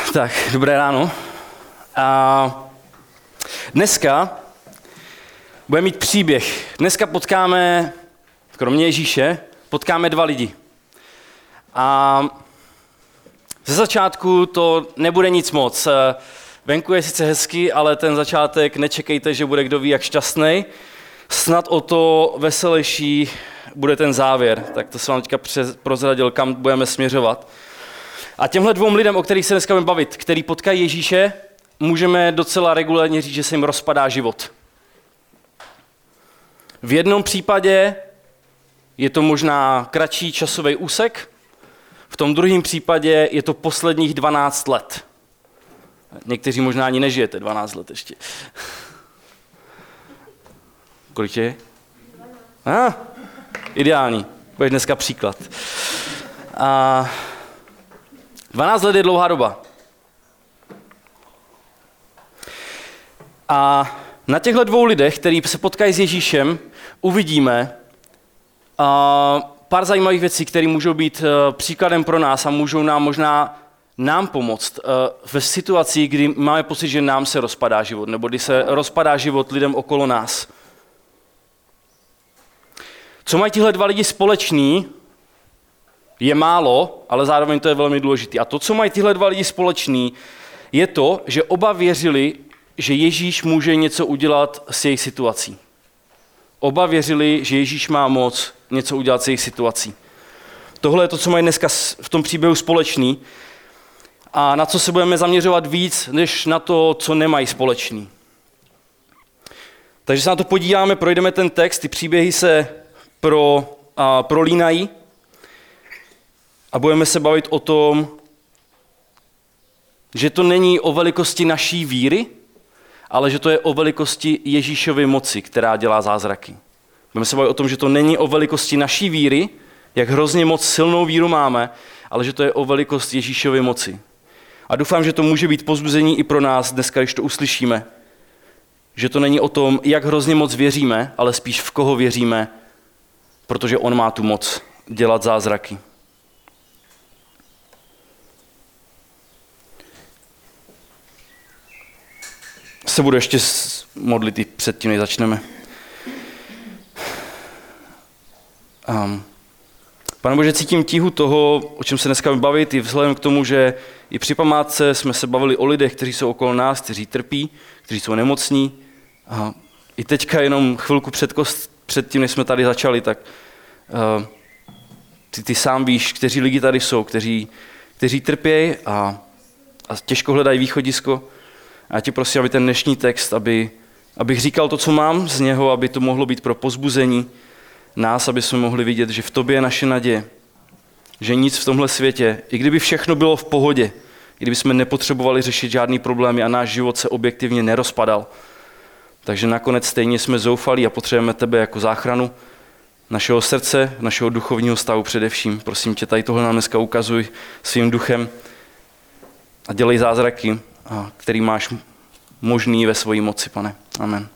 Tak, dobré ráno. Dneska budeme mít příběh. Dneska potkáme, kromě Ježíše, potkáme dva lidi. A ze začátku to nebude nic moc. Venku je sice hezky, ale ten začátek nečekejte, že bude kdo ví jak šťastný. Snad o to veselější bude ten závěr. Tak to jsem vám teďka prozradil, kam budeme směřovat. A těmhle dvou lidem, o kterých se dneska budeme bavit, který potkají Ježíše, můžeme docela regulárně říct, že se jim rozpadá život. V jednom případě je to možná kratší časový úsek, v tom druhém případě je to posledních 12 let. Někteří možná ani nežijete 12 let ještě. Kolik je? Ideální. Budeš dneska příklad. 12 let je dlouhá doba. A na těchto dvou lidech, kteří se potkají s Ježíšem, uvidíme pár zajímavých věcí, které můžou být příkladem pro nás a můžou nám možná pomoct ve situaci, kdy máme pocit, že nám se rozpadá život, nebo kdy se rozpadá život lidem okolo nás. Co mají tihle dva lidi společný, je málo, ale zároveň to je velmi důležité. A to, co mají tihle dva lidi společný, je to, že oba věřili, že Ježíš může něco udělat s jejich situací. Oba věřili, že Ježíš má moc něco udělat s jejich situací. Tohle je to, co mají dneska v tom příběhu společný a na co se budeme zaměřovat víc, než na to, co nemají společný. Takže se na to podíváme, projdeme ten text, ty příběhy se prolínají a budeme se bavit o tom, že to není o velikosti naší víry, ale že to je o velikosti Ježíšovy moci, která dělá zázraky. Budeme se bavit o tom, že to není o velikosti naší víry, jak hrozně moc silnou víru máme, ale že to je o velikost Ježíšovy moci. A doufám, že to může být povzbuzení i pro nás dneska, když to uslyšíme. Že to není o tom, jak hrozně moc věříme, ale spíš v koho věříme, protože on má tu moc dělat zázraky. Se budu ještě modlit i předtím, než začneme. Pane Bože, cítím tíhu toho, o čem se dneska bavit, i vzhledem k tomu, že i při památce jsme se bavili o lidech, kteří jsou okolo nás, kteří trpí, kteří jsou nemocní. A i teďka jenom chvilku před tím, než jsme tady začali, tak ty sám víš, kteří lidi tady jsou, kteří trpějí a těžko hledají východisko. A já tě prosím, aby ten dnešní text, abych říkal to, co mám z něho, aby to mohlo být pro povzbuzení nás, aby jsme mohli vidět, že v tobě je naše naděje, že nic v tomhle světě, i kdyby všechno bylo v pohodě, i kdyby jsme nepotřebovali řešit žádný problémy a náš život se objektivně nerozpadal, takže nakonec stejně jsme zoufalí a potřebujeme tebe jako záchranu našeho srdce, našeho duchovního stavu především. Prosím tě, tady tohle nám dneska ukazuj svým duchem a dělej zázraky, který máš možný ve svojí moci, Pane. Amen.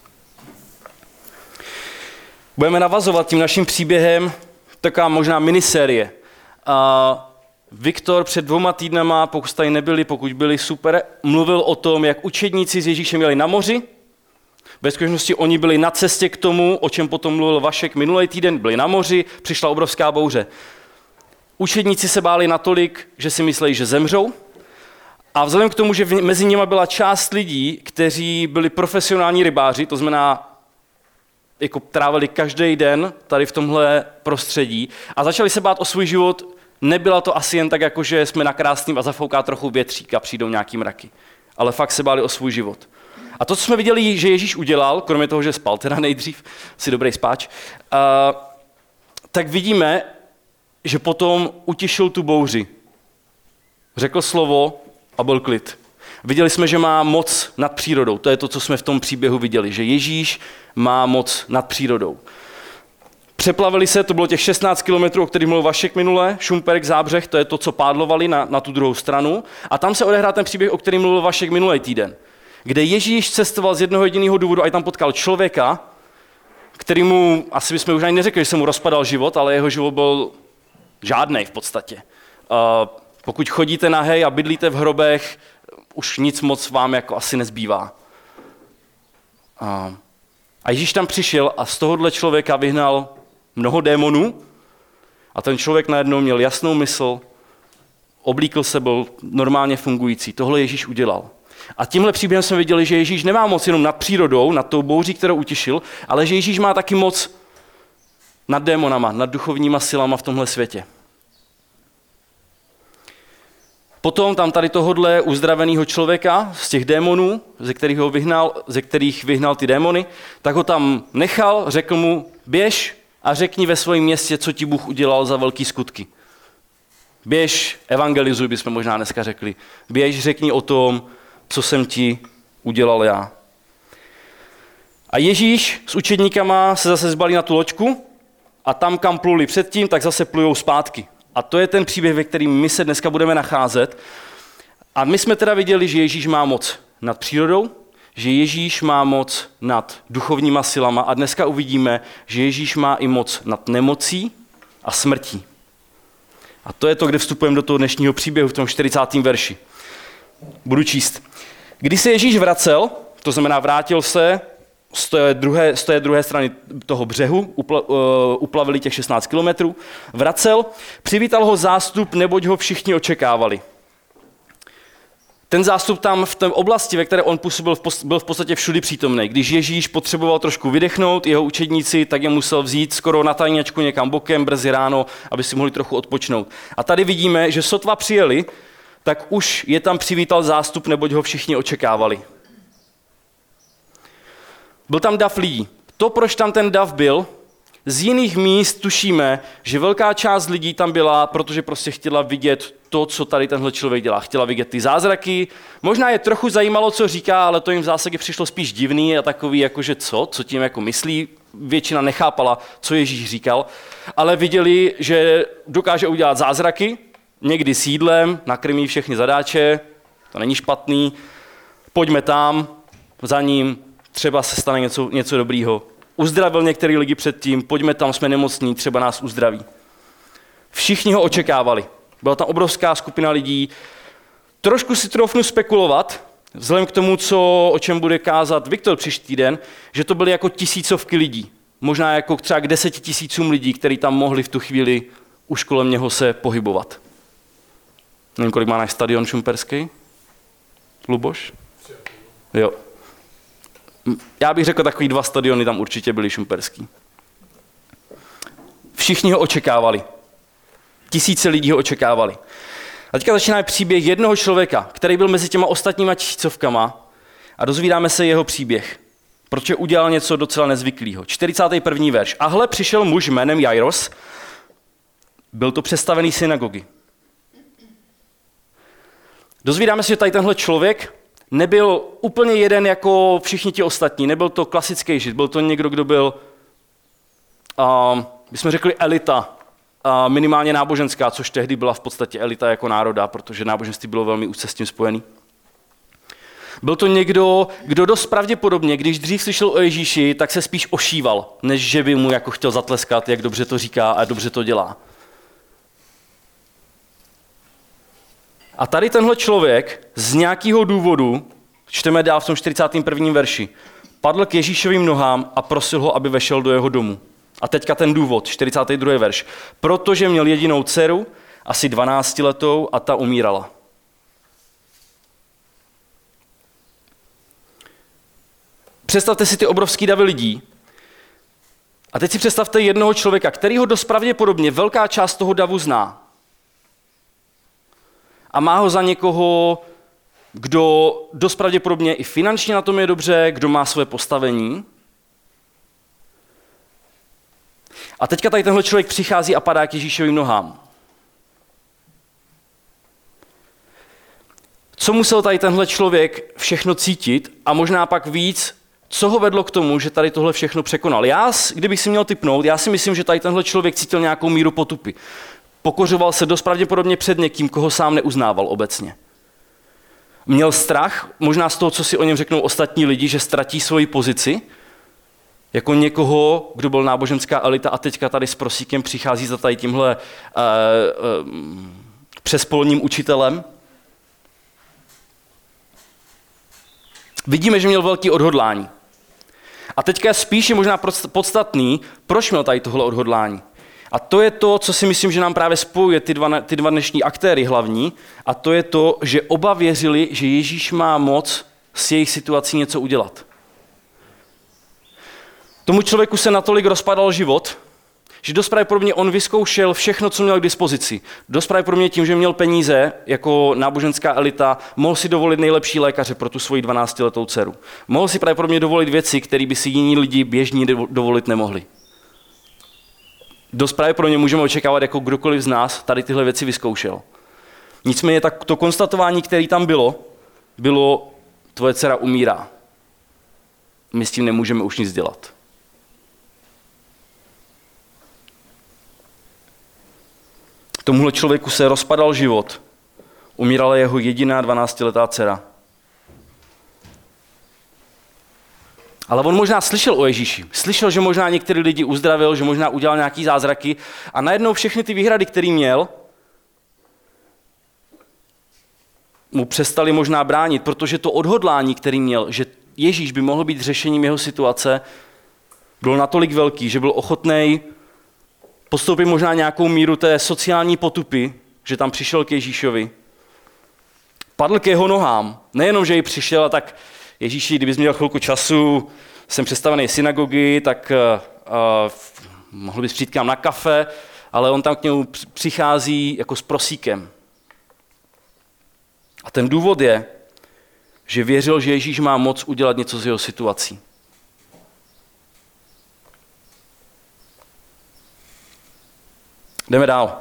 Budeme navazovat tím naším příběhem taková možná minisérie. Viktor před 2 týdnama, pokud tady nebyli, pokud byli super, mluvil o tom, jak učedníci s Ježíšem jeli na moři. Ve skutečnosti oni byli na cestě k tomu, o čem potom mluvil Vašek minulý týden, byli na moři, přišla obrovská bouře. Učedníci se báli natolik, že si mysleli, že zemřou. A vzhledem k tomu, že mezi nimi byla část lidí, kteří byli profesionální rybáři, to znamená, jako trávili každý den tady v tomhle prostředí a začali se bát o svůj život, nebyla to asi jen tak, jako že jsme na krásným a zafouká trochu větřík a přijdou nějaký mraky. Ale fakt se báli o svůj život. A to, co jsme viděli, že Ježíš udělal, kromě toho, že spal teda nejdřív, si dobrý spáč, tak vidíme, že potom utišil tu bouři. Řekl slovo a byl klid. Viděli jsme, že má moc nad přírodou. To je to, co jsme v tom příběhu viděli, že Ježíš má moc nad přírodou. Přeplavili se, to bylo těch 16 kilometrů, o kterých mluvil Vašek minule, Šumperk, Zábřeh, to je to, co pádlovali na tu druhou stranu. A tam se odehrál ten příběh, o kterém mluvil Vašek minulý týden, kde Ježíš cestoval z jednoho jediného důvodu a tam potkal člověka, kterýmu, asi bychom už ani neřekli, že se mu rozpadal život, ale jeho život byl žádnej v podstatě. Pokud chodíte nahej a bydlíte v hrobech, už nic moc vám jako asi nezbývá. A Ježíš tam přišel a z tohohle člověka vyhnal mnoho démonů a ten člověk najednou měl jasnou mysl, oblíkl se, byl normálně fungující. Tohle Ježíš udělal. A tímhle příběhem jsme viděli, že Ježíš nemá moc jenom nad přírodou, nad tou bouří, kterou utěšil, ale že Ježíš má taky moc nad démonama, nad duchovníma silama v tomhle světě. Potom tam tady tohodle uzdraveného člověka z těch démonů, ze kterých vyhnal ty démony, tak ho tam nechal, řekl mu, běž a řekni ve svém městě, co ti Bůh udělal za velký skutky. Běž, evangelizuj, bychom možná dneska řekli. Běž, řekni o tom, co jsem ti udělal já. A Ježíš s učedníkama se zase zbalí na tu loďku a tam, kam pluli předtím, tak zase plujou zpátky. A to je ten příběh, ve kterým my se dneska budeme nacházet. A my jsme teda viděli, že Ježíš má moc nad přírodou, že Ježíš má moc nad duchovníma silama a dneska uvidíme, že Ježíš má i moc nad nemocí a smrtí. A to je to, kde vstupujeme do toho dnešního příběhu v tom 40. verši. Budu číst. Když se Ježíš vracel, to znamená vrátil se z té druhé strany toho břehu, uplavili těch 16 kilometrů, vracel, přivítal ho zástup, neboť ho všichni očekávali. Ten zástup tam v té oblasti, ve které on působil, byl v podstatě všudy přítomný. Když Ježíš potřeboval trošku vydechnout, jeho učedníci, tak je musel vzít skoro na tajňačku někam bokem, brzy ráno, aby si mohli trochu odpočnout. A tady vidíme, že sotva přijeli, tak už je tam přivítal zástup, neboť ho všichni očekávali. Byl tam dav lidí. To, proč tam ten dav byl, z jiných míst tušíme, že velká část lidí tam byla, protože prostě chtěla vidět to, co tady tenhle člověk dělá. Chtěla vidět ty zázraky. Možná je trochu zajímalo, co říká, ale to jim v zásadě přišlo spíš divný a takový, jakože co tím jako myslí. Většina nechápala, co Ježíš říkal, ale viděli, že dokáže udělat zázraky, někdy s jídlem, nakrmí všechny zadáče, to není špatný, pojďme tam, za ním, třeba se stane něco dobrýho. Uzdravil některý lidi předtím, pojďme tam, jsme nemocní, třeba nás uzdraví. Všichni ho očekávali. Byla tam obrovská skupina lidí. Trošku si troufnu spekulovat, vzhledem k tomu, o čem bude kázat Viktor příští týden, že to byly jako tisícovky lidí. Možná jako třeba k 10 000 lidí, kteří tam mohli v tu chvíli už kolem něho se pohybovat. Nevím, kolik má náš stadion šumperský? Luboš? Jo. Já bych řekl, takový 2 stadiony tam určitě byly šumperský. Všichni ho očekávali. Tisíce lidí ho očekávali. A teďka začíná příběh jednoho člověka, který byl mezi těma ostatníma tisícovkama a dozvídáme se jeho příběh, protože udělal něco docela nezvyklého. 41. verš. A hle, přišel muž jménem Jairos, byl to představený synagogy. Dozvídáme se, že tady tenhle člověk nebyl úplně jeden jako všichni ti ostatní, nebyl to klasický žid, byl to někdo, kdo byl, bychom řekli, elita, minimálně náboženská, což tehdy byla v podstatě elita jako národa, protože náboženství bylo velmi úzce s tím spojený. Byl to někdo, kdo dost pravděpodobně, když dřív slyšel o Ježíši, tak se spíš ošíval, než že by mu jako chtěl zatleskat, jak dobře to říká a dobře to dělá. A tady tenhle člověk z nějakého důvodu, čteme dál v tom 41. verši, padl k Ježíšovým nohám a prosil ho, aby vešel do jeho domu. A teďka ten důvod, 42. verš. Protože měl jedinou dceru, asi 12letou, a ta umírala. Představte si ty obrovský davy lidí. A teď si představte jednoho člověka, kterýho dost pravděpodobně velká část toho davu zná. A má ho za někoho, kdo dost pravděpodobně i finančně na tom je dobře, kdo má své postavení. A teďka tady tenhle člověk přichází a padá k Ježíšovým nohám. Co musel tady tenhle člověk všechno cítit a možná pak víc, co ho vedlo k tomu, že tady tohle všechno překonal? Kdybych si měl tipnout, já si myslím, že tady tenhle člověk cítil nějakou míru potupy. Pokořoval se dost pravděpodobně před někým, koho sám neuznával obecně. Měl strach, možná z toho, co si o něm řeknou ostatní lidi, že ztratí svoji pozici, jako někoho, kdo byl náboženská elita a teďka tady s prosíkem přichází za tady tímhle přes polním učitelem. Vidíme, že měl velký odhodlání. A teďka spíš je možná podstatný, proč měl tady tohle odhodlání. A to je to, co si myslím, že nám právě spojuje ty dva dnešní aktéry hlavní, a to je to, že oba věřili, že Ježíš má moc s jejich situací něco udělat. Tomu člověku se natolik rozpadal život, že dost pravděpodobně on vyzkoušel všechno, co měl k dispozici. Dost pravděpodobně tím, že měl peníze jako náboženská elita, mohl si dovolit nejlepší lékaře pro tu svoji 12letou dceru. Mohl si pravděpodobně dovolit věci, které by si jiní lidi běžní dovolit nemohli. Dost pravděpodobně můžeme očekávat, jako kdokoliv z nás tady tyhle věci vyzkoušel. Nicméně tak to konstatování, které tam bylo, tvoje dcera umírá. My s tím nemůžeme už nic dělat. Tomuhle člověku se rozpadal život. Umírala jeho jediná 12letá dcera. Ale on možná slyšel o Ježíši. Slyšel, že možná některý lidi uzdravil, že možná udělal nějaký zázraky a najednou všechny ty výhrady, které měl, mu přestali možná bránit, protože to odhodlání, který měl, že Ježíš by mohl být řešením jeho situace, byl natolik velký, že byl ochotný podstoupit možná nějakou míru té sociální potupy, že tam přišel k Ježíšovi. Padl k jeho nohám. Nejenom, že jí přišel a tak Ježíši, kdybys měl chvilku času, jsem představený synagogy, tak mohl bys přijít k nám na kafe, ale on tam k němu přichází jako s prosíkem. A ten důvod je, že věřil, že Ježíš má moc udělat něco z jeho situací. Jdeme dál.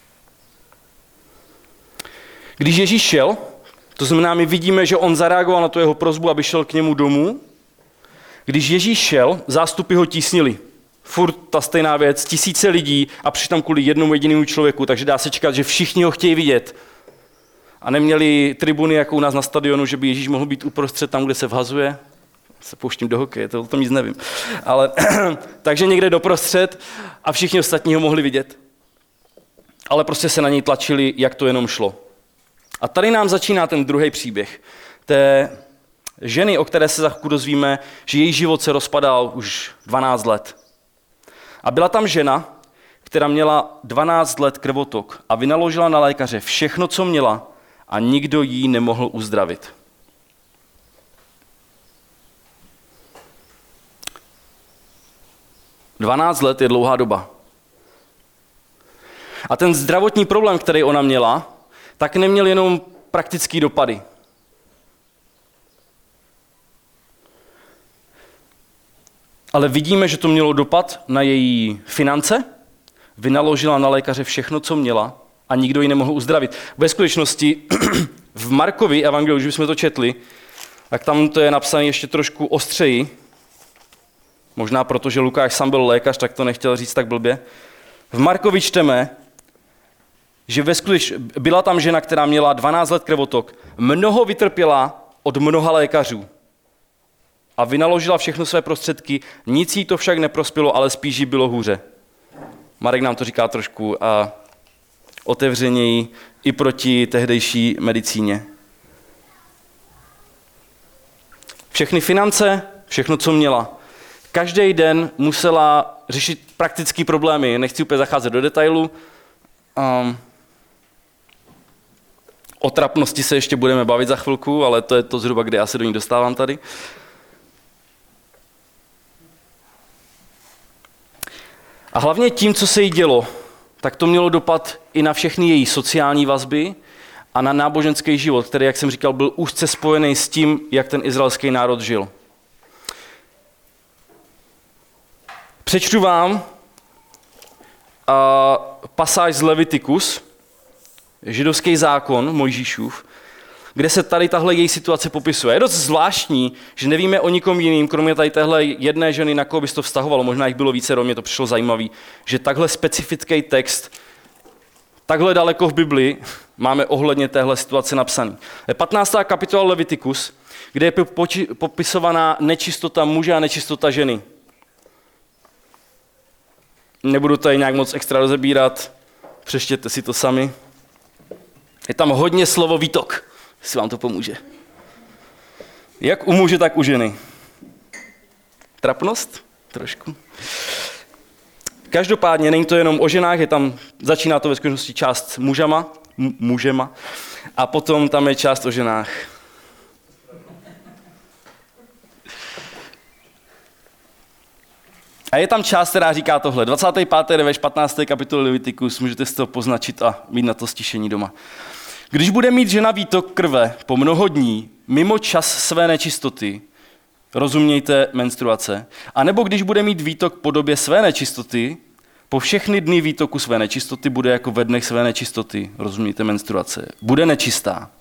Když Ježíš šel, to znamená, my vidíme, že on zareagoval na tu jeho prosbu, aby šel k němu domů. Když Ježíš šel, zástupy ho tísnili. Furt ta stejná věc, tisíce lidí a přitom kvůli jednomu jedinému člověku, takže dá se čekat, že všichni ho chtějí vidět. A neměli tribuny jako u nás na stadionu, že by Ježíš mohl být uprostřed tam, kde se vhazuje. Se pouštím do hokeje, to o tom nic nevím. Ale takže někde doprostřed a všichni ostatní ho mohli vidět. Ale prostě se na něj tlačili, jak to jenom šlo. A tady nám začíná ten druhý příběh. Té ženy, o které se za chvíli dozvíme, že její život se rozpadal už 12 let. A byla tam žena, která měla 12 let krvotok a vynaložila na lékaře všechno, co měla, a nikdo jí nemohl uzdravit. Dvanáct let je dlouhá doba. A ten zdravotní problém, který ona měla, tak neměl jenom praktický dopady. Ale vidíme, že to mělo dopad na její finance, vynaložila na lékaře všechno, co měla, a nikdo ji nemohl uzdravit. Ve skutečnosti v Markovi evangeliu, už jsme to četli, tak tam to je napsané ještě trošku ostřeji, možná proto, že Lukáš sám byl lékař, tak to nechtěl říct tak blbě. V Markovi čteme, že byla tam žena, která měla 12 let krvotok, mnoho vytrpěla od mnoha lékařů a vynaložila všechno své prostředky, nic jí to však neprospělo, ale spíš jí bylo hůře. Marek nám to říká trošku otevřeněji i proti tehdejší medicíně. Všechny finance, všechno, co měla. Každý den musela řešit praktické problémy. Nechci úplně zacházet do detailu. O trapnosti se ještě budeme bavit za chvilku, ale to je to zhruba, kde já se do ní dostávám tady. A hlavně tím, co se jí dělo, tak to mělo dopad i na všechny její sociální vazby a na náboženský život, který, jak jsem říkal, byl úzce spojený s tím, jak ten izraelský národ žil. Přečtu vám pasáž z Levitikus, židovský zákon Mojžíšův, kde se tady tahle její situace popisuje. Je dost zvláštní, že nevíme o nikom jiným, kromě tady téhle jedné ženy, na koho by se to vztahovalo, možná jich bylo více, mě to přišlo zajímavý, že takhle specifický text, takhle daleko v Biblii máme ohledně téhle situace napsaný. Je 15. kapitola Levitikus, kde je popisovaná nečistota muže a nečistota ženy. Nebudu tady nějak moc extra rozebírat, přečtěte si to sami. Je tam hodně slovo výtok, jestli vám to pomůže. Jak u muže, tak u ženy. Trapnost? Trošku. Každopádně není to jenom o ženách, začíná to ve skutečnosti část mužema, a potom tam je část o ženách. A je tam část, která říká tohle. 25. verš 15. kapitoly Levitikus, můžete si to poznačit a mít na to stišení doma. Když bude mít žena výtok krve po mnoho dní, mimo čas své nečistoty, rozumějte menstruace, anebo když bude mít výtok po době své nečistoty, po všechny dny výtoku své nečistoty bude jako ve dnech své nečistoty, rozumějte menstruace, bude nečistá.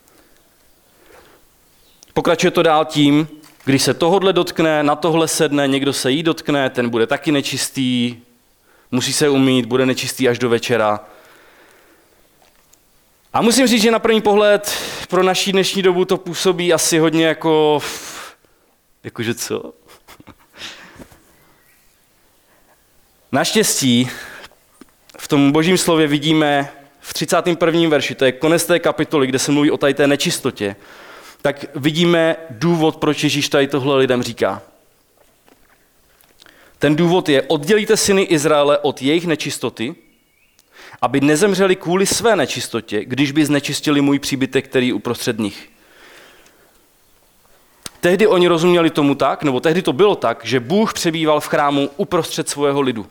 Pokračuje to dál tím, když se tohodle dotkne, na tohle sedne, někdo se jí dotkne, ten bude taky nečistý, musí se umýt, bude nečistý až do večera. A musím říct, že na první pohled pro naší dnešní dobu to působí asi hodně jakože co? Naštěstí v tom božím slově vidíme v 31. verši, to je konec té kapitoly, kde se mluví o tady té nečistotě, tak vidíme důvod, proč Ježíš tady tohle lidem říká. Ten důvod je, oddělíte syny Izraele od jejich nečistoty, aby nezemřeli kvůli své nečistotě, když by znečistili můj příbytek, který uprostřed nich. Tehdy oni rozuměli tomu tak, nebo tehdy to bylo tak, že Bůh přebýval v chrámu uprostřed svého lidu.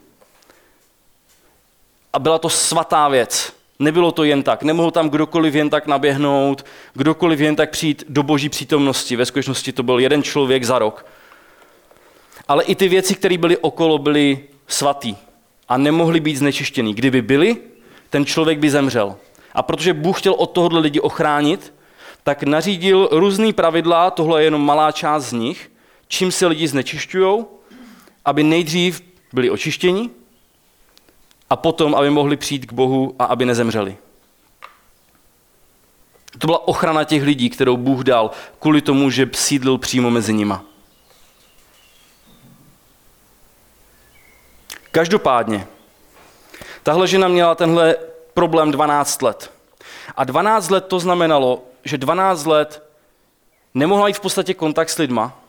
A byla to svatá věc. Nebylo to jen tak. Nemohl tam kdokoliv jen tak naběhnout, kdokoliv jen tak přijít do boží přítomnosti. Ve skutečnosti to byl jeden člověk za rok. Ale i ty věci, které byly okolo, byly svatý a nemohly být znečištěný. Kdyby byly, ten člověk by zemřel. A protože Bůh chtěl od tohohle lidi ochránit, tak nařídil různý pravidla, tohle je jenom malá část z nich, čím se lidi znečišťujou, aby nejdřív byli očištěni a potom, aby mohli přijít k Bohu a aby nezemřeli. To byla ochrana těch lidí, kterou Bůh dal kvůli tomu, že sídlil přímo mezi nima. Každopádně, tahle žena měla tenhle problém 12 let. A 12 let to znamenalo, že 12 let nemohla jít v podstatě kontakt s lidma.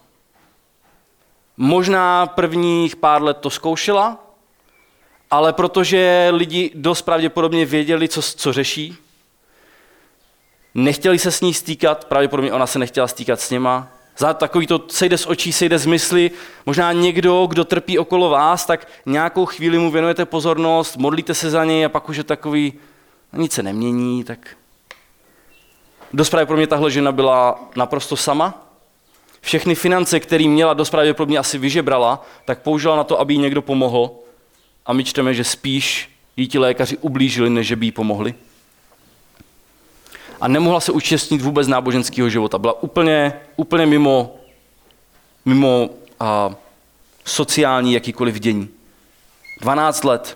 Možná prvních pár let to zkoušela, ale protože lidi dost pravděpodobně věděli, co řeší, nechtěli se s ní stýkat, pravděpodobně ona se nechtěla stýkat s něma. Za takový to sejde z očí, sejde z mysli, možná někdo, kdo trpí okolo vás, tak nějakou chvíli mu věnujete pozornost, modlíte se za něj a pak už je takový, nic se nemění, tak... Dost pravděpodobně tahle žena byla naprosto sama. Všechny finance, které měla, dost pravděpodobně asi vyžebrala, tak použila na to, aby jí někdo pomohl. A my čteme, že spíš jí ti lékaři ublížili, než by jí pomohli. A nemohla se účastnit vůbec náboženského života. Byla úplně mimo sociální jakýkoliv dění. 12 let.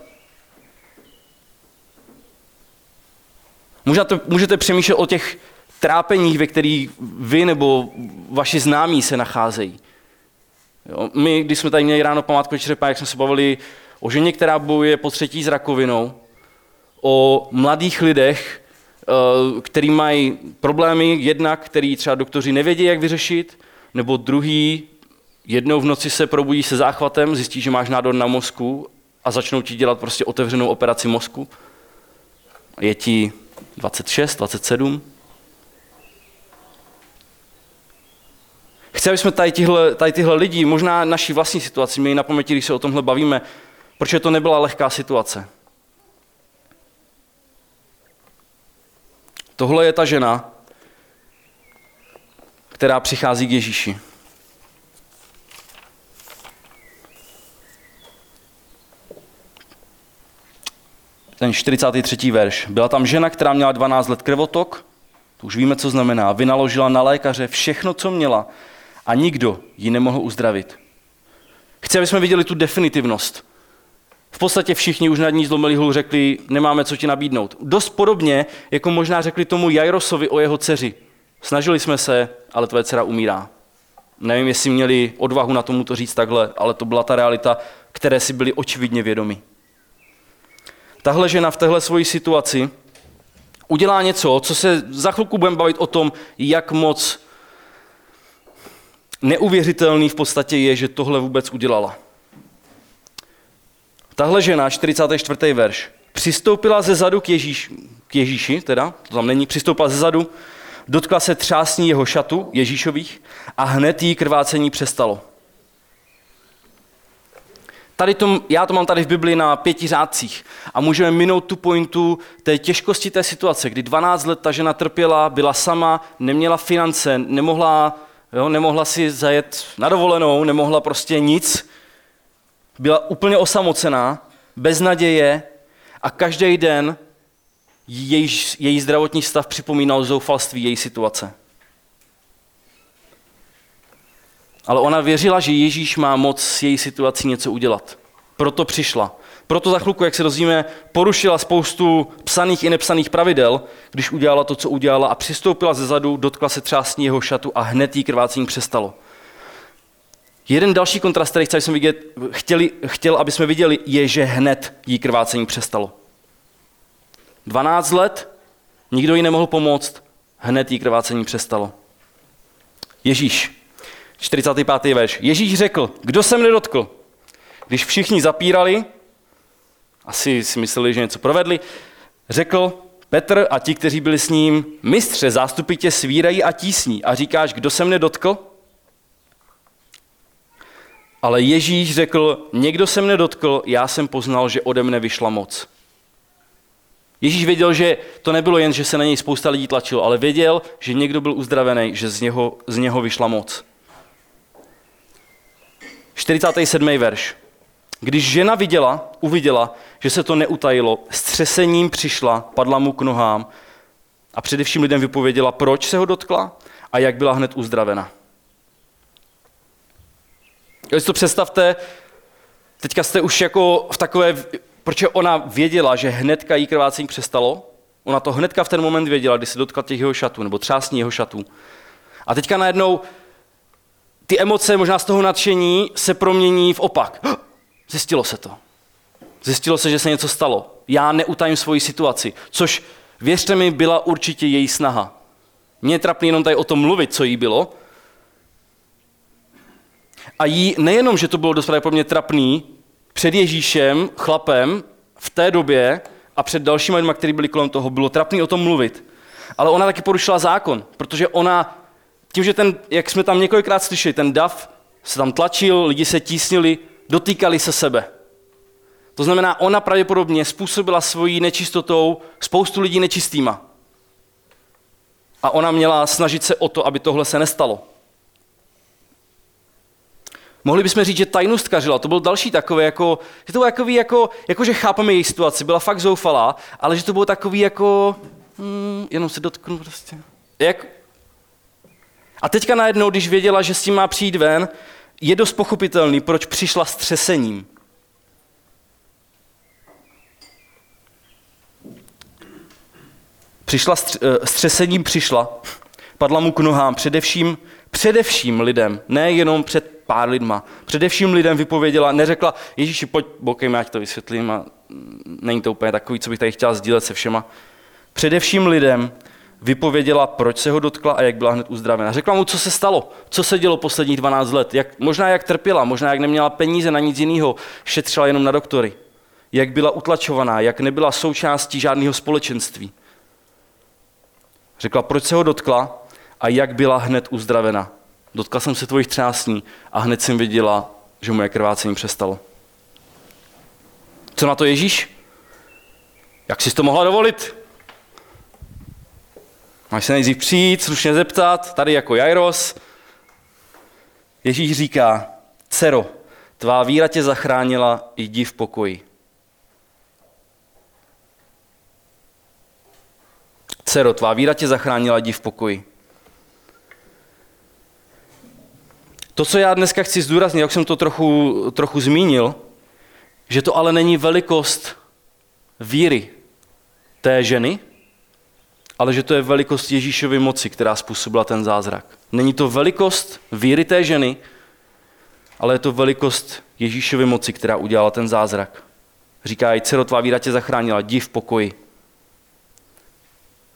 Můžete přemýšlet o těch trápeních, ve kterých vy nebo vaši známí se nacházejí. Jo? My, když jsme tady měli ráno památku čerpá, jak jsme se bavili o ženě, která bojuje po 3. s rakovinou, o mladých lidech, který mají problémy, jednak, který třeba doktoři nevědí, jak vyřešit, nebo druhý, jednou v noci se probudí se záchvatem, zjistí, že máš nádor na mozku a začnou ti dělat prostě otevřenou operaci mozku. Je ti 26, 27. Chci, aby jsme tady tyhle lidi, možná naší vlastní situaci, měli na paměti, když se o tomhle bavíme, protože to nebyla lehká situace. Tohle je ta žena, která přichází k Ježíši. Ten 43. verš. Byla tam žena, která měla 12 let krvotok, to už víme, co znamená, vynaložila na lékaře všechno, co měla a nikdo ji nemohl uzdravit. Chci, aby jsme viděli tu definitivnost. V podstatě všichni už nad ní zlomili hůl, řekli, nemáme co ti nabídnout. Dost podobně, jako možná řekli tomu Jairosovi o jeho dceři. Snažili jsme se, ale tvoje dcera umírá. Nevím, jestli měli odvahu na tomu to říct takhle, ale to byla ta realita, které si byli očividně vědomi. Tahle žena v téhle svojí situaci udělá něco, co se za chvilku budeme bavit o tom, jak moc neuvěřitelný v podstatě je, že tohle vůbec udělala. Tahle žena, 44. verš, přistoupila ze zadu k Ježíši, teda, to tam není, přistoupila ze zadu, dotkla se třásní jeho šatu, Ježíšových, a hned jí krvácení přestalo. Já to mám tady v Bibli na 5 řádcích a můžeme minout tu pointu té těžkosti té situace, kdy 12 let ta žena trpěla, byla sama, neměla finance, nemohla si zajet na dovolenou, nemohla prostě nic, byla úplně osamocená, bez naděje a každý den její zdravotní stav připomínal zoufalství její situace. Ale ona věřila, že Ježíš má moc s její situací něco udělat. Proto přišla. Proto za chvilku, jak se dozvíme, porušila spoustu psaných i nepsaných pravidel, když udělala to, co udělala a přistoupila ze zadu, dotkla se třásní jeho šatu a hned jí krvácení přestalo. Jeden další kontrast, který chtěl, aby jsme viděli, je, že hned jí krvácení přestalo. 12 let, nikdo jí nemohl pomoct, hned jí krvácení přestalo. Ježíš, 45. verš. Ježíš řekl, kdo se mne dotkl? Když všichni zapírali, asi si mysleli, že něco provedli, řekl Petr a ti, kteří byli s ním, mistře, zástupy tě svírají a tísní. A říkáš, kdo se mne dotkl? Ale Ježíš řekl, někdo se mne dotkl, já jsem poznal, že ode mne vyšla moc. Ježíš věděl, že to nebylo jen, že se na něj spousta lidí tlačilo, ale věděl, že někdo byl uzdravený, že z něho vyšla moc. 47. verš. Když žena uviděla, že se to neutajilo, s třesením přišla, padla mu k nohám a především lidem vypověděla, proč se ho dotkla a jak byla hned uzdravena. Když si to představte, teďka jste už jako v takové, protože ona věděla, že hnedka jí krvácení přestalo, ona to hnedka v ten moment věděla, kdy se dotkla těch jeho šatů nebo třásní jeho šatů. A teďka najednou ty emoce možná z toho nadšení se promění v opak. Zjistilo se to. Zjistilo se, že se něco stalo. Já neutajím svoji situaci, což věřte mi, byla určitě její snaha. Mně je trapný jenom tady o tom mluvit, co jí bylo. A jí nejenom, že to bylo dost pravděpodobně trapný před Ježíšem, chlapem, v té době a před dalšími lidmi, kteří byli kolem toho, bylo trapný o tom mluvit. Ale ona taky porušila zákon, protože ona, tím, že jak jsme tam několikrát slyšeli, ten dav se tam tlačil, lidi se tísnili, dotýkali se sebe. To znamená, ona pravděpodobně způsobila svojí nečistotou spoustu lidí nečistýma. A ona měla snažit se o to, aby tohle se nestalo. Mohli bychom říct, že tajnůstkařila, to byl další takové, že to bylo takový, že chápeme její situaci, byla fakt zoufalá, ale že to bylo takový jenom se dotknu prostě. A teďka najednou, když věděla, že s tím má přijít ven, je dost pochopitelný, proč přišla s třesením. S třesením přišla, padla mu k nohám, především lidem, ne jenom před pár lidma, především lidem vypověděla, neřekla, Ježíši, pojď bokem, já ti to vysvětlím a není to úplně takový, co bych tady chtěla sdílet se všema. Především lidem vypověděla, proč se ho dotkla a jak byla hned uzdravena. Řekla mu, co se stalo, co se dělo posledních 12 let, možná jak trpěla, možná jak neměla peníze na nic jiného, šetřila jenom na doktory, jak byla utlačovaná, jak nebyla součástí žádného společenství. Řekla, proč se ho dotkla a jak byla hned uzdravena. Dotkla jsem se tvojich třásní a hned jsem viděla, že moje krvácení přestalo. Co na to Ježíš? Jak jsi to mohla dovolit? Máš se nejdřív přijít, slušně zeptat, tady jako Jairos. Ježíš říká, dcero, tvá víra tě zachránila, jdi v pokoji. Dcero, tvá víra tě zachránila, jdi v pokoji. To, co já dneska chci zdůraznit, jak jsem to trochu zmínil, že to ale není velikost víry té ženy, ale že to je velikost Ježíšovy moci, která způsobila ten zázrak. Není to velikost víry té ženy, ale je to velikost Ježíšovy moci, která udělala ten zázrak. Říká jí, dcero, tvá víra tě zachránila, jdi v pokoji.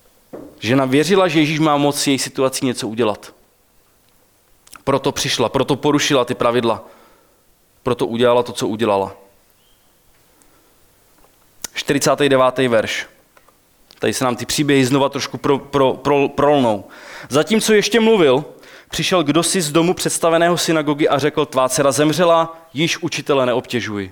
Žena věřila, že Ježíš má moc s její situací něco udělat. Proto přišla, proto porušila ty pravidla. Proto udělala to, co udělala. 49. verš. Tady se nám ty příběhy znova trošku prolnou. Zatímco ještě mluvil, přišel kdosi z domu představeného synagogy a řekl, tvá dcera zemřela, již učitele neobtěžuj.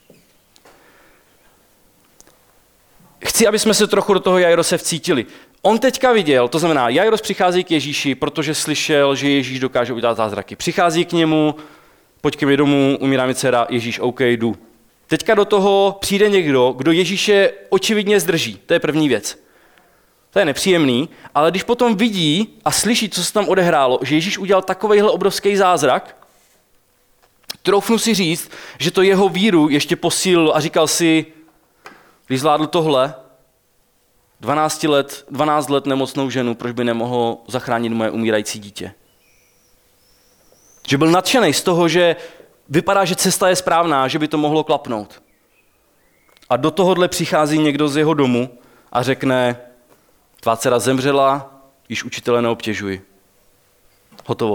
Chci, aby jsme se trochu do toho Jairose vcítili. On teďka viděl, to znamená, Jairos přichází k Ježíši, protože slyšel, že Ježíš dokáže udělat zázraky. Přichází k němu, pojď ke mi domů, umírá mi dcera, Ježíš, OK, jdu. Teďka do toho přijde někdo, kdo Ježíše očividně zdrží. To je první věc. To je nepříjemný, ale když potom vidí a slyší, co se tam odehrálo, že Ježíš udělal takovejhle obrovský zázrak, troufnu si říct, že to jeho víru ještě posílil a říkal si, když zvládl tohle, 12 let nemocnou ženu, proč by nemohl zachránit moje umírající dítě. Že byl nadšený z toho, že vypadá, že cesta je správná, že by to mohlo klapnout. A do tohohle přichází někdo z jeho domu a řekne, tvá dcera zemřela, již učitele neobtěžuj. Hotovo.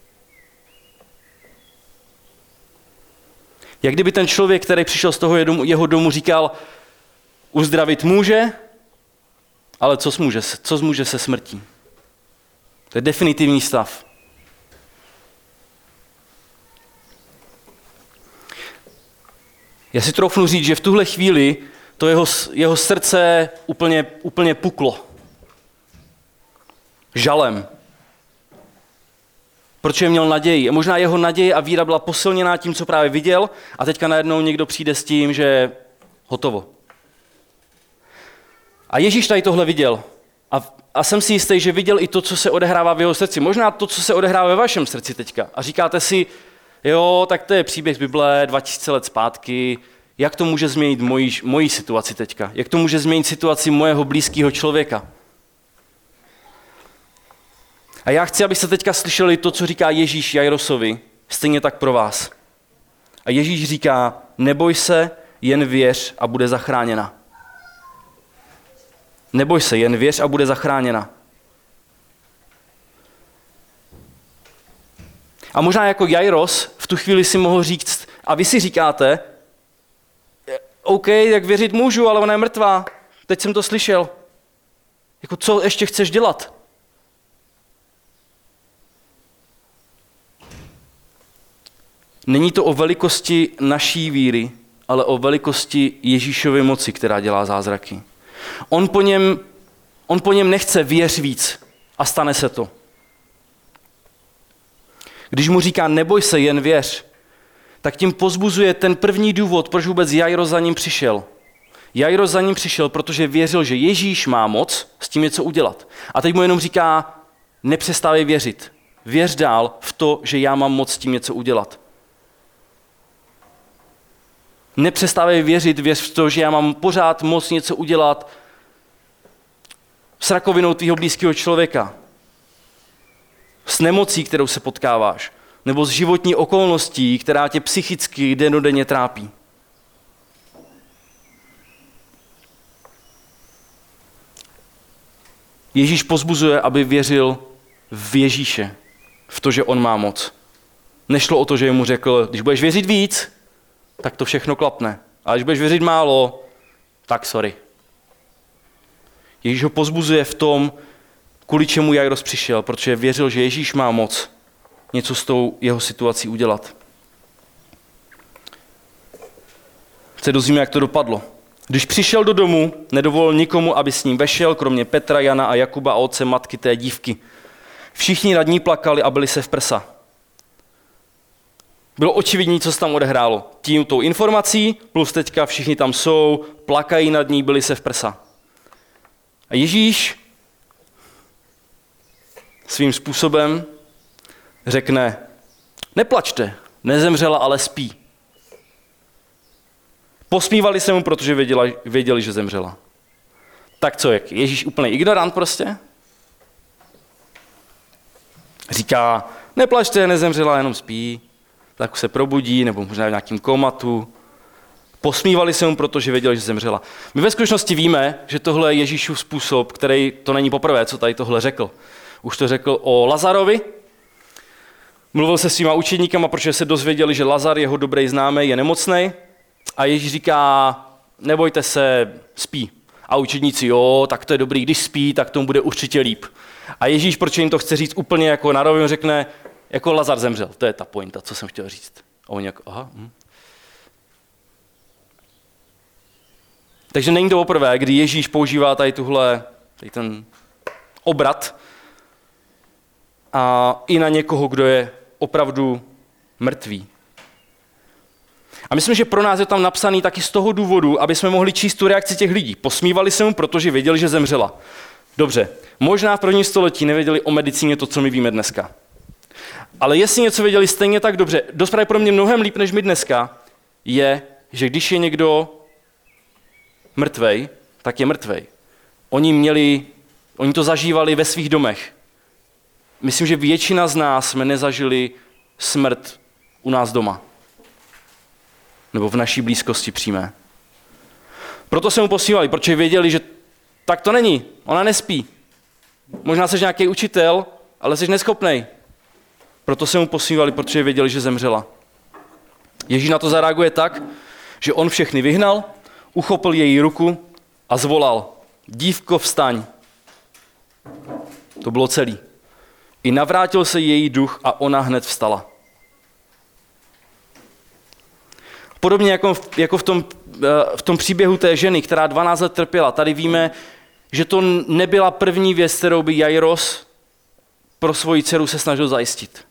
Jak kdyby ten člověk, který přišel z toho jeho domu, říkal, uzdravit může, ale co zmůže se smrtí? To je definitivní stav. Já si troufnu říct, že v tuhle chvíli to jeho srdce úplně puklo. Žalem. Protože měl naději. Možná jeho naděje a víra byla posilněná tím, co právě viděl, a teďka najednou někdo přijde s tím, že hotovo. A Ježíš tady tohle viděl. A jsem si jistý, že viděl i to, co se odehrává v jeho srdci. Možná to, co se odehrává ve vašem srdci teďka. A říkáte si, jo, tak to je příběh z Bible 2000 let zpátky. Jak to může změnit moji situaci teďka? Jak to může změnit situaci mojeho blízkého člověka? A já chci, abyste teďka slyšeli to, co říká Ježíš Jairosovi, stejně tak pro vás. A Ježíš říká, neboj se, jen věř a bude zachráněna. Neboj se, jen věř a bude zachráněna. A možná jako Jairos v tu chvíli si mohl říct, a vy si říkáte, OK, jak věřit můžu, ale ona je mrtvá. Teď jsem to slyšel. Jako co ještě chceš dělat? Není to o velikosti naší víry, ale o velikosti Ježíšovy moci, která dělá zázraky. On po něm nechce věř víc a stane se to. Když mu říká neboj se, jen věř, tak tím pozbuzuje ten první důvod, proč vůbec Jairos za ním přišel. Jairos za ním přišel, protože věřil, že Ježíš má moc s tím něco udělat. A teď mu jenom říká, nepřestávej věřit. Věř dál v to, že já mám moc s tím něco udělat. Nepřestávej věřit, věř v to, že já mám pořád moc něco udělat s rakovinou tvýho blízkého člověka. S nemocí, kterou se potkáváš. Nebo s životní okolností, která tě psychicky dennodenně trápí. Ježíš pozbuzuje, aby věřil v Ježíše, v to, že on má moc. Nešlo o to, že mu řekl, když budeš věřit víc, tak to všechno klapne. A když budeš věřit málo, tak sorry. Ježíš ho pozbuzuje v tom, kvůli čemu Jairos přišel, protože věřil, že Ježíš má moc něco s tou jeho situací udělat. Se dozvíme, jak to dopadlo. Když přišel do domu, nedovolil nikomu, aby s ním vešel, kromě Petra, Jana a Jakuba a otce matky té dívky. Všichni nad ní plakali a byli se v prsa. Bylo očividní, co se tam odehrálo. Tou informací, plus teďka všichni tam jsou, plakají nad ní, byli se v prsa. A Ježíš svým způsobem řekne, neplačte, nezemřela, ale spí. Posmívali se mu, protože věděli, že zemřela. Tak co, jak Ježíš úplně ignorant prostě? Říká, neplačte, nezemřela, jenom spí. Tak se probudí, nebo možná v nějakým komatu. Posmívali se mu, protože věděli, že zemřela. My ve skutečnosti víme, že tohle je Ježíšův způsob, který to není poprvé, co tady tohle řekl. Už to řekl o Lazarovi. Mluvil se svýma učedníkama, protože se dozvěděli, že Lazar, jeho dobrý známý, je nemocnej. A Ježíš říká, nebojte se, spí. A učedníci, jo, tak to je dobrý, když spí, tak tomu bude určitě líp. A Ježíš, proč jim to chce říct úplně jako na rovinu, řekne, jako Lazar zemřel. To je ta pointa, co jsem chtěl říct. A oni jako, aha. Takže není to poprvé, kdy Ježíš používá tady ten obrat a i na někoho, kdo je opravdu mrtvý. A myslím, že pro nás je tam napsaný taky z toho důvodu, aby jsme mohli číst tu reakci těch lidí. Posmívali se mu, protože věděli, že zemřela. Dobře, možná v prvním století nevěděli o medicíně to, co my víme dneska. Ale jestli něco věděli stejně tak dobře, dost pravděpodobně mnohem líp než my dneska, je, že když je někdo mrtvej, tak je mrtvej. Oni to zažívali ve svých domech. Myslím, že většina z nás jsme nezažili smrt u nás doma. Nebo v naší blízkosti přímé. Proto se mu posílali, protože věděli, že tak to není, ona nespí. Možná jsi nějaký učitel, ale jsi neschopnej. Proto se mu posílali, protože věděli, že zemřela. Ježíš na to zareaguje tak, že on všechny vyhnal, uchopil její ruku a zvolal, dívko, vstaň. To bylo celý. I navrátil se její duch a ona hned vstala. Podobně jako v tom příběhu té ženy, která 12 let trpěla, tady víme, že to nebyla první věc, kterou by Jairos pro svoji dceru se snažil zajistit.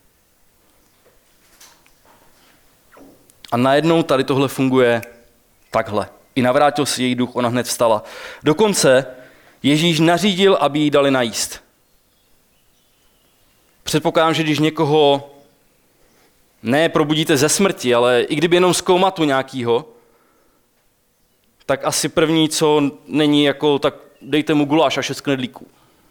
A najednou tady tohle funguje takhle. I navrátil se její duch, ona hned vstala. Dokonce Ježíš nařídil, aby jí dali najíst. Předpokládám, že když někoho ne probudíte ze smrti, ale i kdyby jenom z koumatu nějakýho, tak asi první, co není jako, tak dejte mu guláš a 6 knedlíků.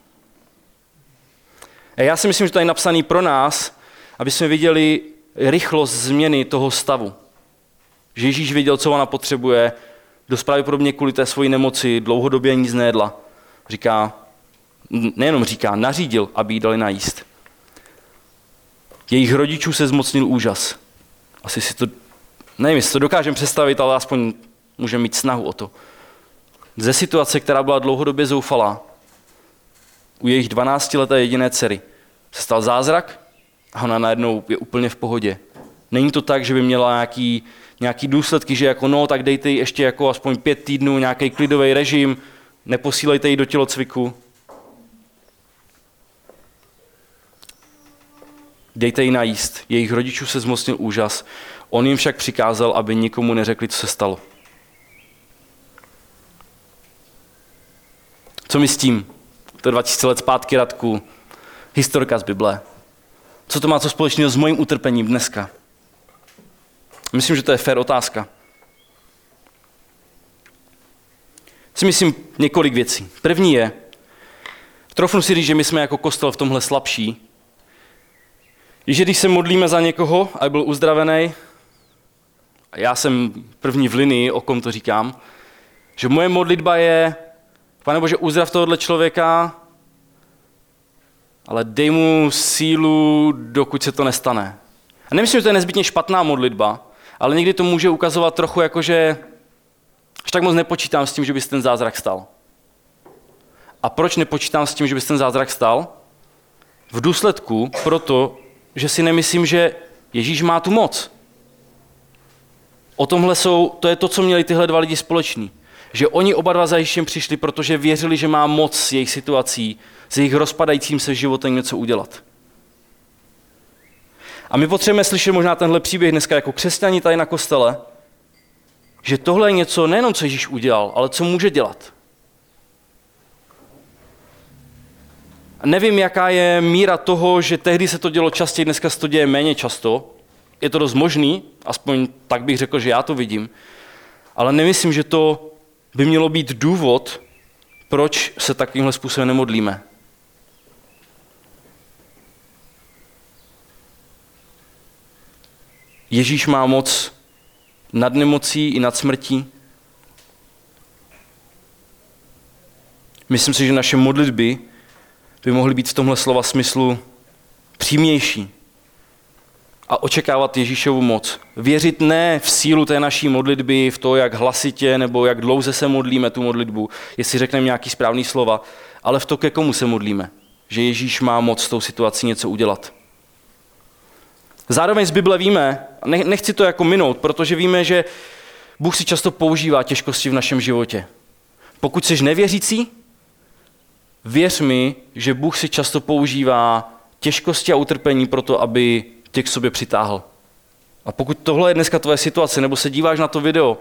A já si myslím, že to je napsaný pro nás, aby jsme viděli rychlost změny toho stavu. Že Ježíš věděl, co ona potřebuje, dost pravděpodobně kvůli té svojí nemoci dlouhodobě nic nejedla. Nařídil, aby jí dali najíst. Jejich rodičů se zmocnil úžas. Asi si to, nevím, jestli to dokážeme představit, ale aspoň můžeme mít snahu o to. Ze situace, která byla dlouhodobě zoufalá, u jejich 12leté jediné dcery se stal zázrak a ona najednou je úplně v pohodě. Není to tak, že by měla nějaký důsledky, že jako no, tak dejte jí ještě jako aspoň 5 týdnů nějaký klidový režim, neposílejte ji do tělocviku. Dejte jí najíst. Jejich rodičů se zmocnil úžas. On jim však přikázal, aby nikomu neřekli, co se stalo. Co my s tím? To je 2000 let zpátky, Radku. Historka z Bible. Co to má co společného s mojím utrpením dneska? Myslím, že to je fér otázka. Si myslím několik věcí. První je, troufnu si říct, že my jsme jako kostel v tomhle slabší, že když se modlíme za někoho, aby byl uzdravený, a já jsem první v linii, o kom to říkám, že moje modlitba je, Pane Bože, uzdrav tohohle člověka, ale dej mu sílu, dokud se to nestane. A nemyslím, že to je nezbytně špatná modlitba, ale někdy to může ukazovat trochu jako, že až tak moc nepočítám s tím, že by se ten zázrak stal. A proč nepočítám s tím, že by se ten zázrak stal? V důsledku proto, že si nemyslím, že Ježíš má tu moc. O tomhle to je to, co měli tyhle dva lidi společný. Že oni oba dva za Ježíšem přišli, protože věřili, že má moc s jejich situací, s jejich rozpadajícím se životem něco udělat. A my potřebujeme slyšet možná tenhle příběh dneska jako křesťani tady na kostele, že tohle je něco nejenom, co Ježíš udělal, ale co může dělat. A nevím, jaká je míra toho, že tehdy se to dělo častěji, dneska se to děje méně často. Je to dost možný, aspoň tak bych řekl, že já to vidím. Ale nemyslím, že to by mělo být důvod, proč se takovýmhle způsobem nemodlíme. Ježíš má moc nad nemocí i nad smrtí. Myslím si, že naše modlitby by mohly být v tomhle slova smyslu přímější a očekávat Ježíšovu moc. Věřit ne v sílu té naší modlitby, v to, jak hlasitě nebo jak dlouze se modlíme tu modlitbu, jestli řekneme nějaký správný slova, ale v to, ke komu se modlíme. Že Ježíš má moc s tou situací něco udělat. Zároveň z Bible víme, nechci to jako minout, protože víme, že Bůh si často používá těžkosti v našem životě. Pokud jsi nevěřící, věř mi, že Bůh si často používá těžkosti a utrpení pro to, aby tě k sobě přitáhl. A pokud tohle je dneska tvoje situace, nebo se díváš na to video,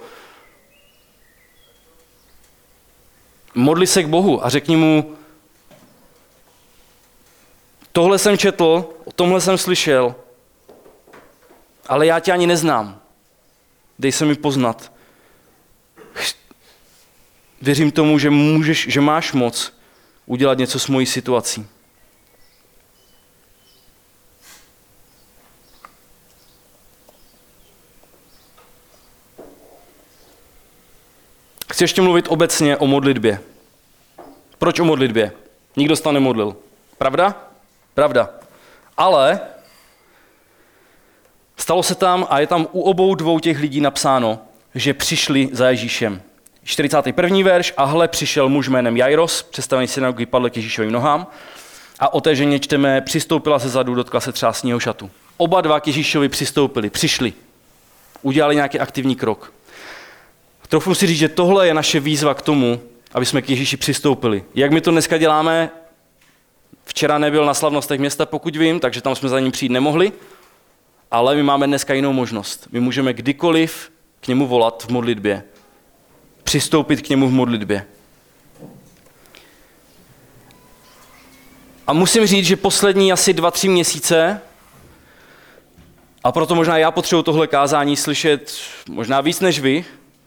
modli se k Bohu a řekni mu, tohle jsem četl, o tomhle jsem slyšel, ale já tě ani neznám. Dej se mi poznat. Věřím tomu, že máš moc udělat něco s mojí situací. Chci ještě mluvit obecně o modlitbě. Proč o modlitbě? Nikdo se tam nemodlil. Pravda? Pravda. Ale stalo se tam a je tam u obou dvou těch lidí napsáno, že přišli za Ježíšem. 41. verš, a hle přišel muž jménem Jairos, představený synagogy, padl k Ježíšovým nohám a o té ženě čteme, přistoupila se zadu, dotkla se třásního šatu. Oba dva k Ježíšovi přistoupili, přišli, udělali nějaký aktivní krok. Troufnu si říct, že tohle je naše výzva k tomu, aby jsme k Ježíši přistoupili. Jak my to dneska děláme? Včera nebyl na slavnostech města, pokud vím, takže tam jsme za ním přijít nemohli, ale my máme dneska jinou možnost. My můžeme kdykoliv k němu volat v modlitbě. Přistoupit k němu v modlitbě. A musím říct, že poslední asi 2-3 měsíce, a proto možná já potřebuji tohle kázání slyšet možná víc než vy,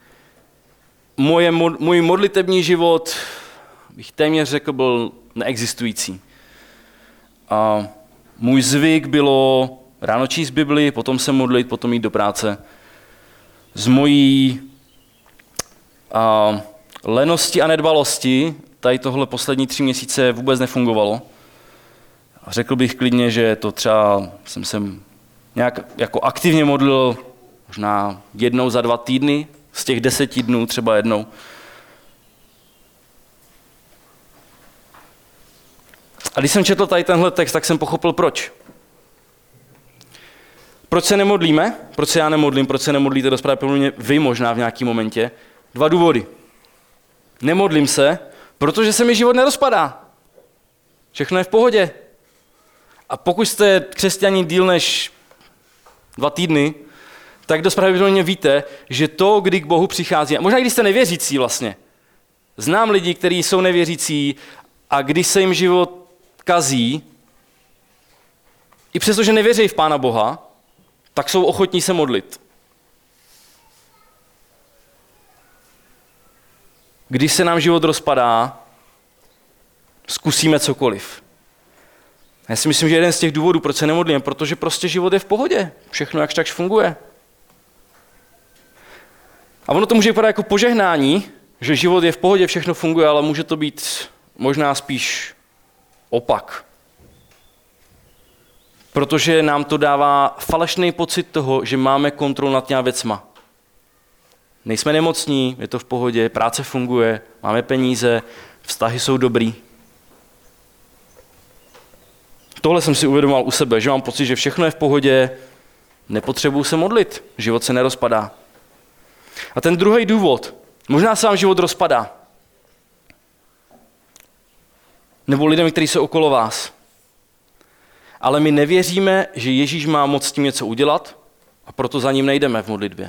můj modlitební život, bych téměř řekl, byl neexistující. A můj zvyk bylo ráno číst Bibli, potom se modlit, potom jít do práce. Z mojí lenosti a nedbalosti tady tohle poslední 3 měsíce vůbec nefungovalo. A řekl bych klidně, že to třeba jsem se nějak jako aktivně modlil možná jednou za 2 týdny, z těch 10 dnů třeba jednou. A když jsem četl tady tenhle text, tak jsem pochopil proč. Proč se nemodlíme? Proč se já nemodlím? Proč se nemodlíte do zprávy pro mě vy možná v nějakém momentě? 2 důvody. Nemodlím se, protože se mi život nerozpadá. Všechno je v pohodě. A pokud jste křesťaní díl než 2 týdny, tak dost pravděpodobně víte, že to, kdy k Bohu přichází, a možná když jste nevěřící vlastně, znám lidi, kteří jsou nevěřící a když se jim život kazí, i přesto, že nevěří v Pána Boha, tak jsou ochotní se modlit. Když se nám život rozpadá, zkusíme cokoliv. Já si myslím, že jeden z těch důvodů, proč se nemodlíme, protože prostě život je v pohodě. Všechno jakž takž funguje. A ono to může vypadat jako požehnání, že život je v pohodě, všechno funguje, ale může to být možná spíš opak. Protože nám to dává falešný pocit toho, že máme kontrolu nad těma věcma. Nejsme nemocní, je to v pohodě, práce funguje, máme peníze, vztahy jsou dobrý. Tohle jsem si uvědomoval u sebe, že mám pocit, že všechno je v pohodě, nepotřebuji se modlit, život se nerozpadá. A ten druhý důvod, možná se vám život rozpadá. Nebo lidem, kteří jsou okolo vás. Ale my nevěříme, že Ježíš má moc s tím něco udělat a proto za ním nejdeme v modlitbě.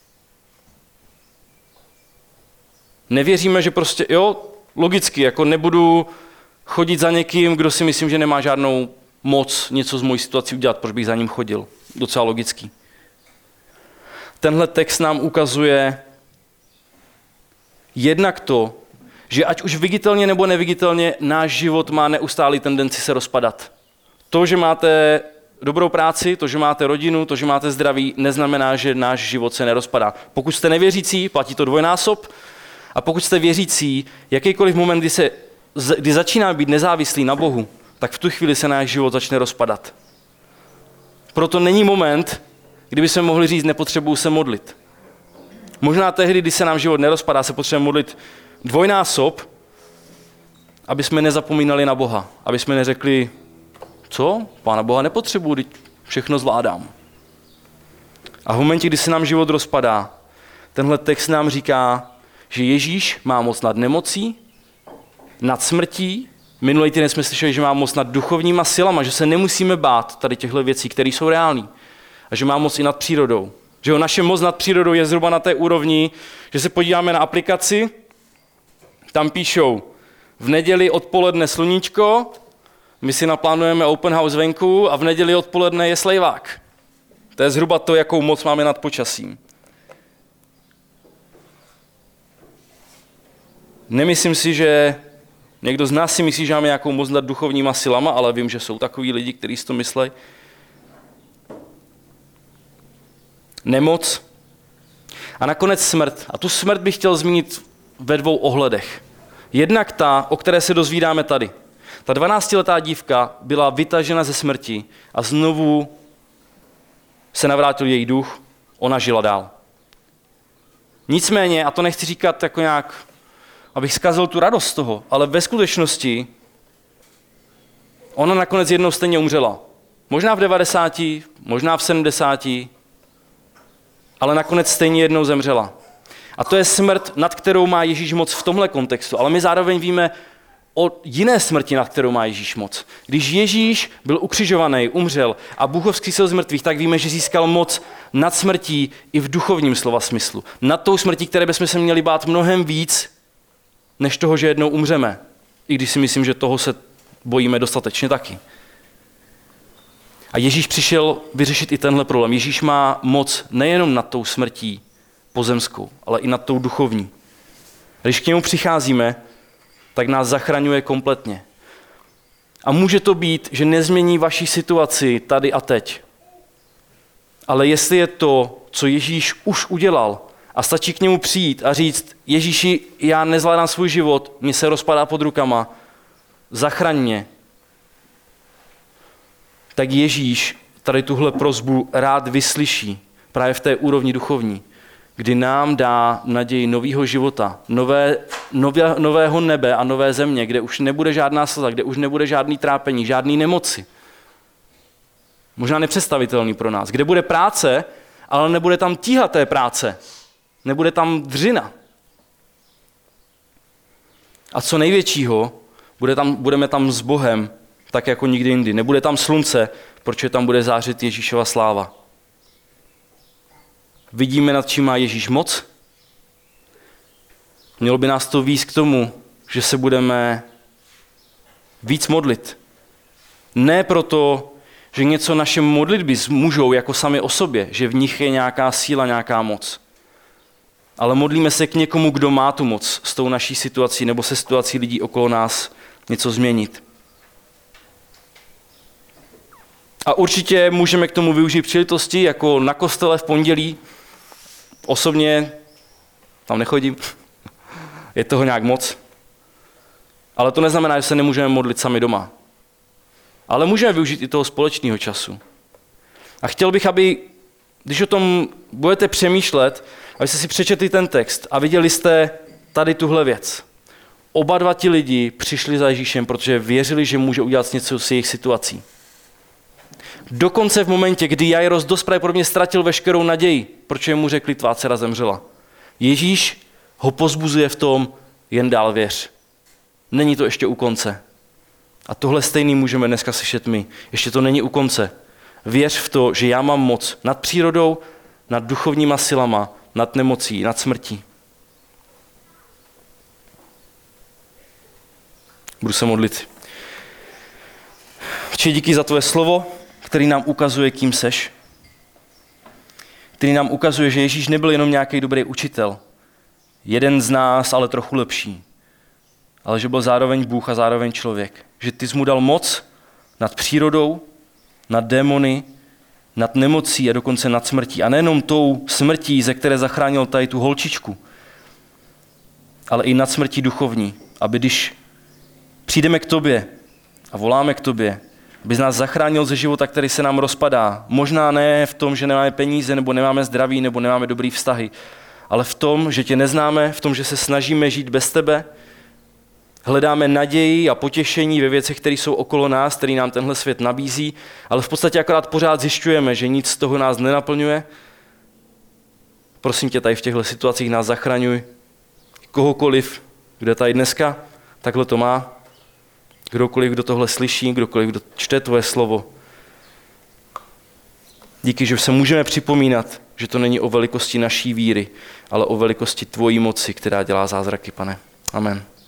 Nevěříme, že prostě, logicky, jako nebudu chodit za někým, kdo si myslím, že nemá žádnou moc něco z mojí situací udělat, proč bych za ním chodil. Docela logický. Tenhle text nám ukazuje jednak to, že ať už viditelně nebo neviditelně, náš život má neustálý tendenci se rozpadat. To, že máte dobrou práci, to, že máte rodinu, to, že máte zdraví, neznamená, že náš život se nerozpadá. Pokud jste nevěřící, platí to dvojnásob. A pokud jste věřící, jakýkoliv moment, kdy začíná být nezávislý na Bohu, tak v tu chvíli se náš život začne rozpadat. Proto není moment, kdyby jsme mohli říct, nepotřebuju se modlit. Možná tehdy, když se nám život nerozpadá, se potřebujeme modlit dvojnásob, aby jsme nezapomínali na Boha. Aby jsme neřekli, co? Pána Boha nepotřebuji, teď všechno zvládám. A v momentě, kdy se nám život rozpadá, tenhle text nám říká, že Ježíš má moc nad nemocí, nad smrtí. Minulý týden jsme slyšeli, že má moc nad duchovníma silama, že se nemusíme bát tady těchto věcí, které jsou reální. A že má moc i nad přírodou. Že naše moc nad přírodou je zhruba na té úrovni, že se podíváme na aplikaci, tam píšou v neděli odpoledne sluníčko, my si naplánujeme open house venku a v neděli odpoledne je slejvák. To je zhruba to, jakou moc máme nad počasím. Nemyslím si, že někdo z nás si myslí, že máme nějakou moc nad duchovníma silama, ale vím, že jsou takoví lidi, kteří si to myslí. Nemoc a nakonec smrt. A tu smrt bych chtěl zmínit ve dvou ohledech. Jednak ta, o které se dozvídáme tady. Ta 12letá dívka byla vytažena ze smrti a znovu se navrátil její duch, ona žila dál. Nicméně, a to nechci říkat jako nějak, abych zkazil tu radost z toho, ale ve skutečnosti ona nakonec jednou stejně umřela. Možná v 90, možná v 70, ale nakonec stejně jednou zemřela. A to je smrt, nad kterou má Ježíš moc v tomhle kontextu. Ale my zároveň víme o jiné smrti, nad kterou má Ježíš moc. Když Ježíš byl ukřižovaný, umřel a Bůh ho vzkřísil z mrtvých, tak víme, že získal moc nad smrtí i v duchovním slova smyslu. Nad tou smrtí, které bychom se měli bát mnohem víc, než toho, že jednou umřeme. I když si myslím, že toho se bojíme dostatečně taky. A Ježíš přišel vyřešit i tenhle problém. Ježíš má moc nejenom nad tou smrtí pozemskou, ale i nad tou duchovní. Když k němu přicházíme, tak nás zachraňuje kompletně. A může to být, že nezmění vaši situaci tady a teď. Ale jestli je to, co Ježíš už udělal, a stačí k němu přijít a říct, Ježíši, já nezvládám svůj život, mě se rozpadá pod rukama, zachraň mě. Tak Ježíš tady tuhle prosbu rád vyslyší právě v té úrovni duchovní, kdy nám dá naději nového života, nového nebe a nové země, kde už nebude žádná slza, kde už nebude žádný trápení, žádný nemoci. Možná nepředstavitelný pro nás. Kde bude práce, ale nebude tam tíha té práce. Nebude tam dřina. A co největšího, budeme tam s Bohem, tak jako nikdy jindy. Nebude tam slunce, protože tam bude zářit Ježíšova sláva. Vidíme, nad čím má Ježíš moc? Mělo by nás to vést k tomu, že se budeme víc modlit. Ne proto, že něco naše modlitby můžou jako sami o sobě, že v nich je nějaká síla, nějaká moc. Ale modlíme se k někomu, kdo má tu moc s tou naší situací nebo se situací lidí okolo nás něco změnit. A určitě můžeme k tomu využít příležitosti, jako na kostele v pondělí. Osobně tam nechodím, je toho nějak moc. Ale to neznamená, že se nemůžeme modlit sami doma. Ale můžeme využít i toho společného času. A chtěl bych, když o tom budete přemýšlet, abyste si přečetli ten text a viděli jste tady tuhle věc. Oba dva ti lidi přišli za Ježíšem, protože věřili, že může udělat něco s jejich situací. Dokonce v momentě, kdy Jairus dost pravděpodobně ztratil veškerou naději, protože mu řekli, tvá dcera zemřela. Ježíš ho pozbuzuje v tom, jen dál věř. Není to ještě u konce. A tohle stejný můžeme dneska slyšet my. Ještě to není u konce. Věř v to, že já mám moc nad přírodou, nad duchovníma silama, nad nemocí, nad smrtí. Budu se modlit. Otče, díky za tvoje slovo, který nám ukazuje, kým seš. Který nám ukazuje, že Ježíš nebyl jenom nějaký dobrý učitel. Jeden z nás, ale trochu lepší. Ale že byl zároveň Bůh a zároveň člověk. Že ty jsi mu dal moc nad přírodou, nad démony, nad nemocí a dokonce nad smrtí. A nejenom tou smrtí, ze které zachránil tady tu holčičku, ale i nad smrtí duchovní, aby když přijdeme k tobě a voláme k tobě, abys nás zachránil ze života, který se nám rozpadá. Možná ne v tom, že nemáme peníze, nebo nemáme zdraví, nebo nemáme dobrý vztahy, ale v tom, že tě neznáme, v tom, že se snažíme žít bez tebe, hledáme naději a potěšení ve věcech, které jsou okolo nás, které nám tenhle svět nabízí, ale v podstatě akorát pořád zjišťujeme, že nic z toho nás nenaplňuje. Prosím tě, tady v těchto situacích nás zachraňuj. Kohokoliv, kdo je tady dneska, takhle to má. Kdokoliv, kdo tohle slyší, kdokoliv, kdo čte tvoje slovo. Díky, že se můžeme připomínat, že to není o velikosti naší víry, ale o velikosti tvojí moci, která dělá zázraky, Pane. Amen.